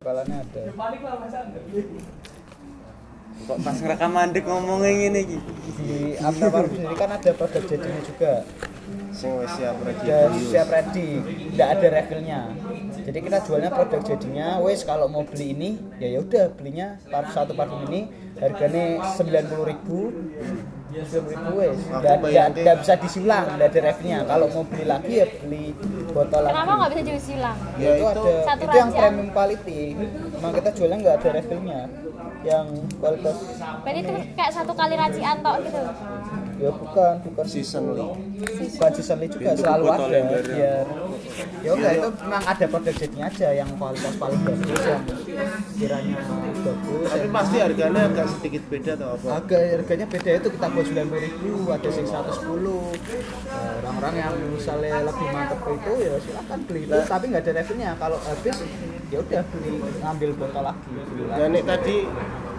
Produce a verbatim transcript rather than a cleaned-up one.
Balanya ada. Kok pas ngerekam mandek ngomongnya ngene iki. Di Abna Parfum sendiri kan ada produk jadinya juga. Sing wis siap ready. Dan siap ready, tidak ada refillnya. Jadi kita jualnya produk jadinya, wes kalau mau beli ini, ya ya udah belinya par- satu parfum ini harganya sembilan puluh ribu, sembilan puluh ribu wes, nggak bisa disilang, nggak ada refillnya. Kalau mau beli lagi ya beli botol lagi. Kenapa nggak bisa disilang? Ya, itu, ada, Satu itu yang raja. premium quality. Memang kita jualnya nggak ada refillnya, yang kualitas. Berarti itu kayak satu kali racian tok gitu. Ya bukan, bukan Seasonally. bukan seasonally juga, Itu selalu botol ada yang baru. biar ya udah itu memang ada produk jadinya aja yang kualitas paling bagus, yang kiranya bagus. Tapi enak. pasti harganya agak sedikit beda atau apa? Harga harganya beda, itu kita buat sembilan puluh ribu, ada yang seratus sepuluh. Nah, orang-orang yang misalnya lebih mantep itu ya silakan beli itu, tapi nggak ada refillnya. Kalau habis ya udah beli, ngambil botol lagi, beli lagi. Ya nek tadi